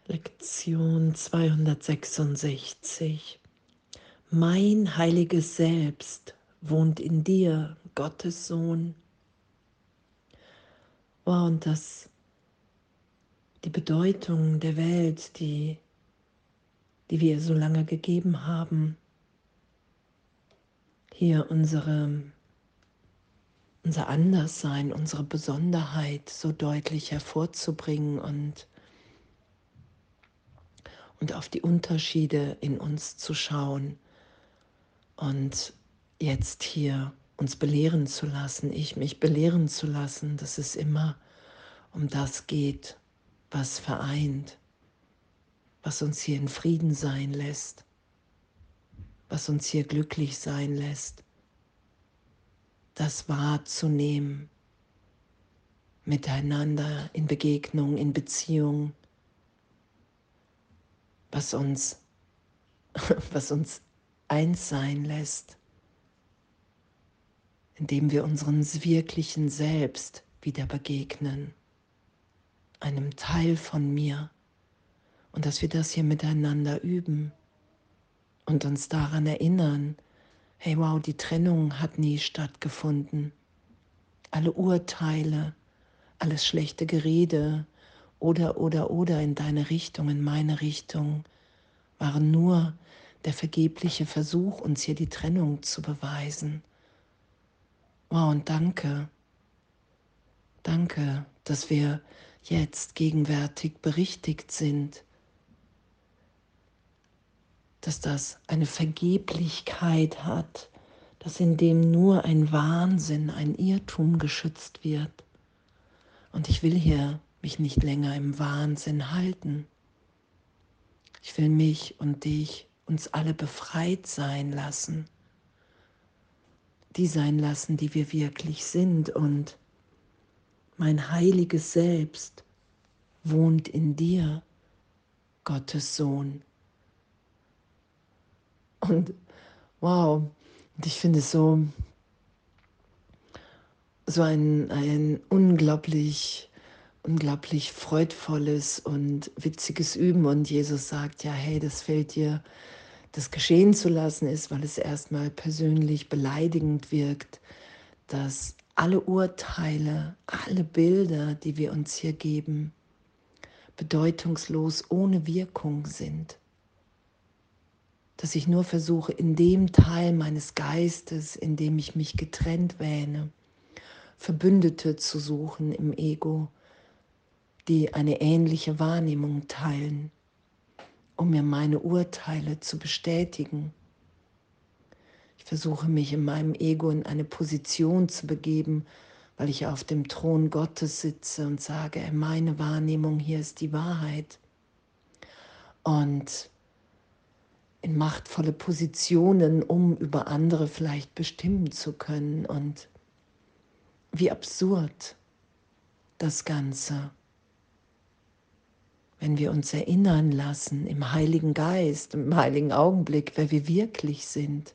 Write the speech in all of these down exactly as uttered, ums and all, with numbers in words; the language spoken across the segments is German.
Lektion zweihundertsechsundsechzig. Mein heiliges Selbst wohnt in dir, Gottes Sohn. Wow, und das, die Bedeutung der Welt, die, die wir so lange gegeben haben, hier unsere, unser Anderssein, unsere Besonderheit so deutlich hervorzubringen und, und auf die Unterschiede in uns zu schauen und jetzt hier uns belehren zu lassen, ich mich belehren zu lassen, dass es immer um das geht, was vereint, was uns hier in Frieden sein lässt, was uns hier glücklich sein lässt, das wahrzunehmen, miteinander in Begegnung, in Beziehung, was uns, was uns eins sein lässt, indem wir unseren wirklichen Selbst wieder begegnen, einem Teil von mir, und dass wir das hier miteinander üben und uns daran erinnern, hey wow, die Trennung hat nie stattgefunden. Alle Urteile, alles schlechte Gerede oder, oder, oder in deine Richtung, in meine Richtung, waren nur der vergebliche Versuch, uns hier die Trennung zu beweisen. Wow, und danke, danke, dass wir jetzt gegenwärtig berichtigt sind, dass das eine Vergeblichkeit hat, dass in dem nur ein Wahnsinn, ein Irrtum geschützt wird. Und ich will hier mich nicht länger im Wahnsinn halten. Ich will mich und dich, uns alle befreit sein lassen, die sein lassen, die wir wirklich sind. Und mein heiliges Selbst wohnt in dir, Gottes Sohn. Und wow, und ich finde es so, so ein, ein unglaublich, unglaublich freudvolles und witziges Üben. Und Jesus sagt, ja, hey, das fällt dir, das geschehen zu lassen ist, weil es erstmal persönlich beleidigend wirkt, dass alle Urteile, alle Bilder, die wir uns hier geben, bedeutungslos ohne Wirkung sind. Dass ich nur versuche, in dem Teil meines Geistes, in dem ich mich getrennt wähne, Verbündete zu suchen im Ego, die eine ähnliche Wahrnehmung teilen, um mir meine Urteile zu bestätigen. Ich versuche mich in meinem Ego in eine Position zu begeben, weil ich auf dem Thron Gottes sitze und sage, meine Wahrnehmung hier ist die Wahrheit. Und in machtvolle Positionen, um über andere vielleicht bestimmen zu können. Und wie absurd das Ganze, wenn wir uns erinnern lassen im Heiligen Geist, im heiligen Augenblick, wer wir wirklich sind.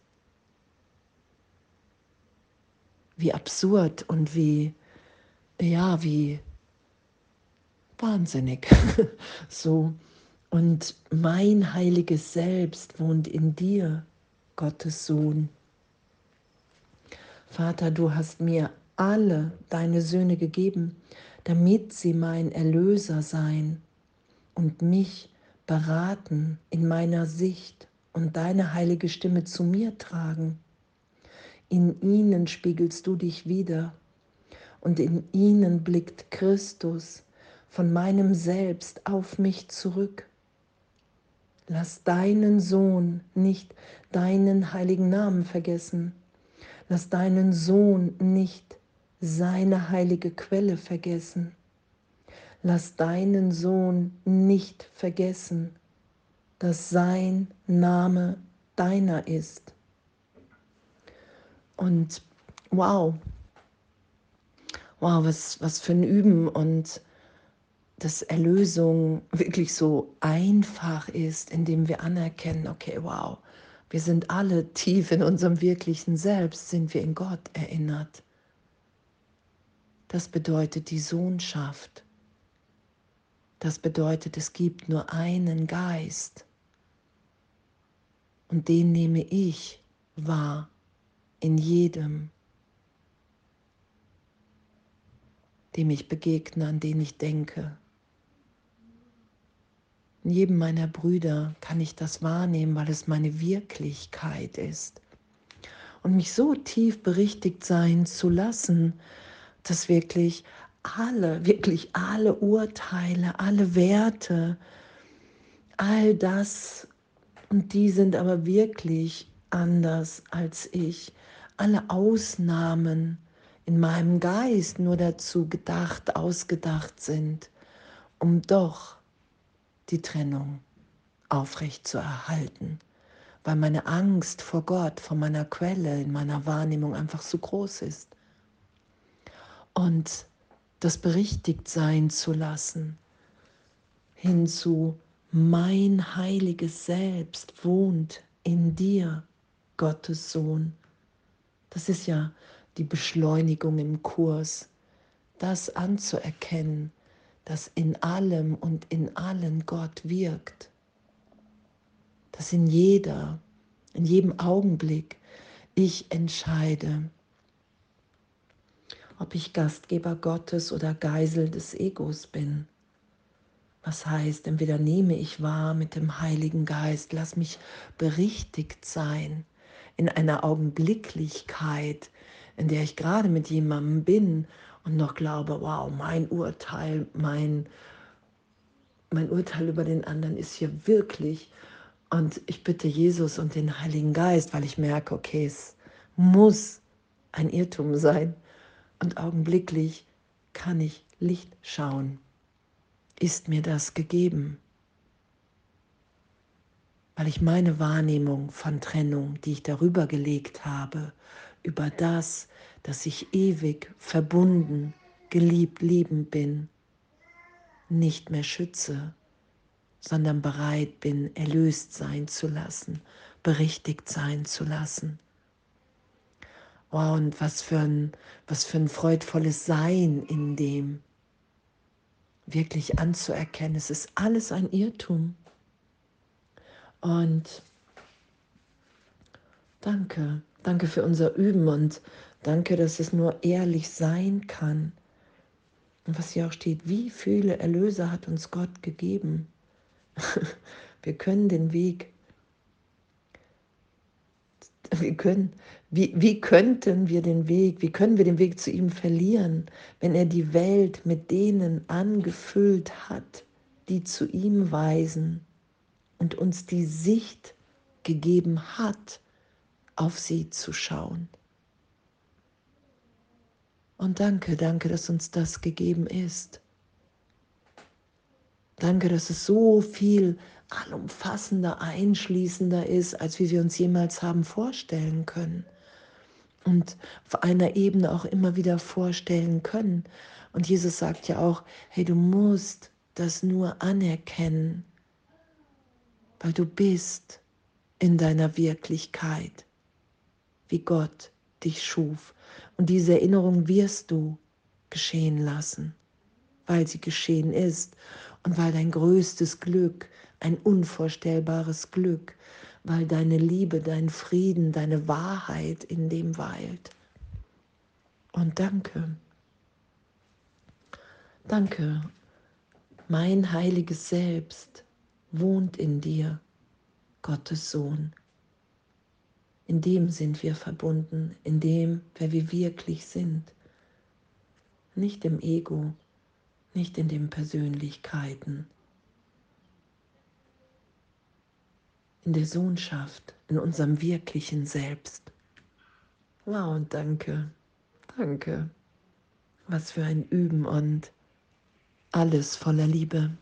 Wie absurd und wie, ja, wie wahnsinnig. So. Und mein heiliges Selbst wohnt in dir, Gottes Sohn. Vater, du hast mir alle deine Söhne gegeben, damit sie mein Erlöser seien und mich beraten in meiner Sicht und deine heilige Stimme zu mir tragen. In ihnen spiegelst du dich wider und in ihnen blickt Christus von meinem Selbst auf mich zurück. Lass deinen Sohn nicht deinen heiligen Namen vergessen. Lass deinen Sohn nicht seine heilige Quelle vergessen. Lass deinen Sohn nicht vergessen, dass sein Name deiner ist. Und wow, wow, was, was für ein Üben und dass Erlösung wirklich so einfach ist, indem wir anerkennen, okay, wow, wir sind alle tief in unserem wirklichen Selbst, sind wir in Gott erinnert. Das bedeutet die Sohnschaft. Das bedeutet, es gibt nur einen Geist und den nehme ich wahr in jedem, dem ich begegne, an den ich denke. In jedem meiner Brüder kann ich das wahrnehmen, weil es meine Wirklichkeit ist. Und mich so tief berichtigt sein zu lassen, dass wirklich alle, wirklich alle Urteile, alle Werte, all das, und die sind aber wirklich anders als ich, alle Ausnahmen in meinem Geist nur dazu gedacht, ausgedacht sind, um doch die Trennung aufrecht zu erhalten, weil meine Angst vor Gott, vor meiner Quelle in meiner Wahrnehmung einfach so groß ist. Und das berichtigt sein zu lassen, hinzu, mein heiliges Selbst wohnt in dir, Gottes Sohn. Das ist ja die Beschleunigung im Kurs, das anzuerkennen, dass in allem und in allen Gott wirkt, dass in jeder, in jedem Augenblick ich entscheide, ob ich Gastgeber Gottes oder Geisel des Egos bin. Was heißt, entweder nehme ich wahr mit dem Heiligen Geist, lass mich berichtigt sein in einer Augenblicklichkeit, in der ich gerade mit jemandem bin und noch glaube, wow, mein Urteil, mein, mein Urteil über den anderen ist hier wirklich. Und ich bitte Jesus und den Heiligen Geist, weil ich merke, okay, es muss ein Irrtum sein. Und augenblicklich kann ich Licht schauen. Ist mir das gegeben? Weil ich meine Wahrnehmung von Trennung, die ich darüber gelegt habe, über das, dass ich ewig verbunden, geliebt, liebend bin, nicht mehr schütze, sondern bereit bin, erlöst sein zu lassen, berichtigt sein zu lassen. Wow, und was für ein, was für ein freudvolles Sein in dem, wirklich anzuerkennen, es ist alles ein Irrtum. Und danke, danke für unser Üben und danke, dass es nur ehrlich sein kann. Und was hier auch steht, wie viele Erlöser hat uns Gott gegeben? Wir können den Weg, wir können, wie, wie könnten wir den Weg, wie können wir den Weg zu ihm verlieren, wenn er die Welt mit denen angefüllt hat, die zu ihm weisen und uns die Sicht gegeben hat, auf sie zu schauen. Und danke, danke, dass uns das gegeben ist. Danke, dass es so viel allumfassender, einschließender ist, als wie wir uns jemals haben vorstellen können. Und auf einer Ebene auch immer wieder vorstellen können. Und Jesus sagt ja auch, hey, du musst das nur anerkennen, weil du bist in deiner Wirklichkeit, wie Gott dich schuf. Und diese Erinnerung wirst du geschehen lassen, weil sie geschehen ist und weil dein größtes Glück, ein unvorstellbares Glück, weil deine Liebe, dein Frieden, deine Wahrheit in dem weilt. Und danke, danke, mein heiliges Selbst wohnt in dir, Gottes Sohn. In dem sind wir verbunden, in dem, wer wir wirklich sind. Nicht im Ego, nicht in den Persönlichkeiten, in der Sohnschaft, in unserem wirklichen Selbst. Wow, und danke, danke. Was für ein Üben und alles voller Liebe.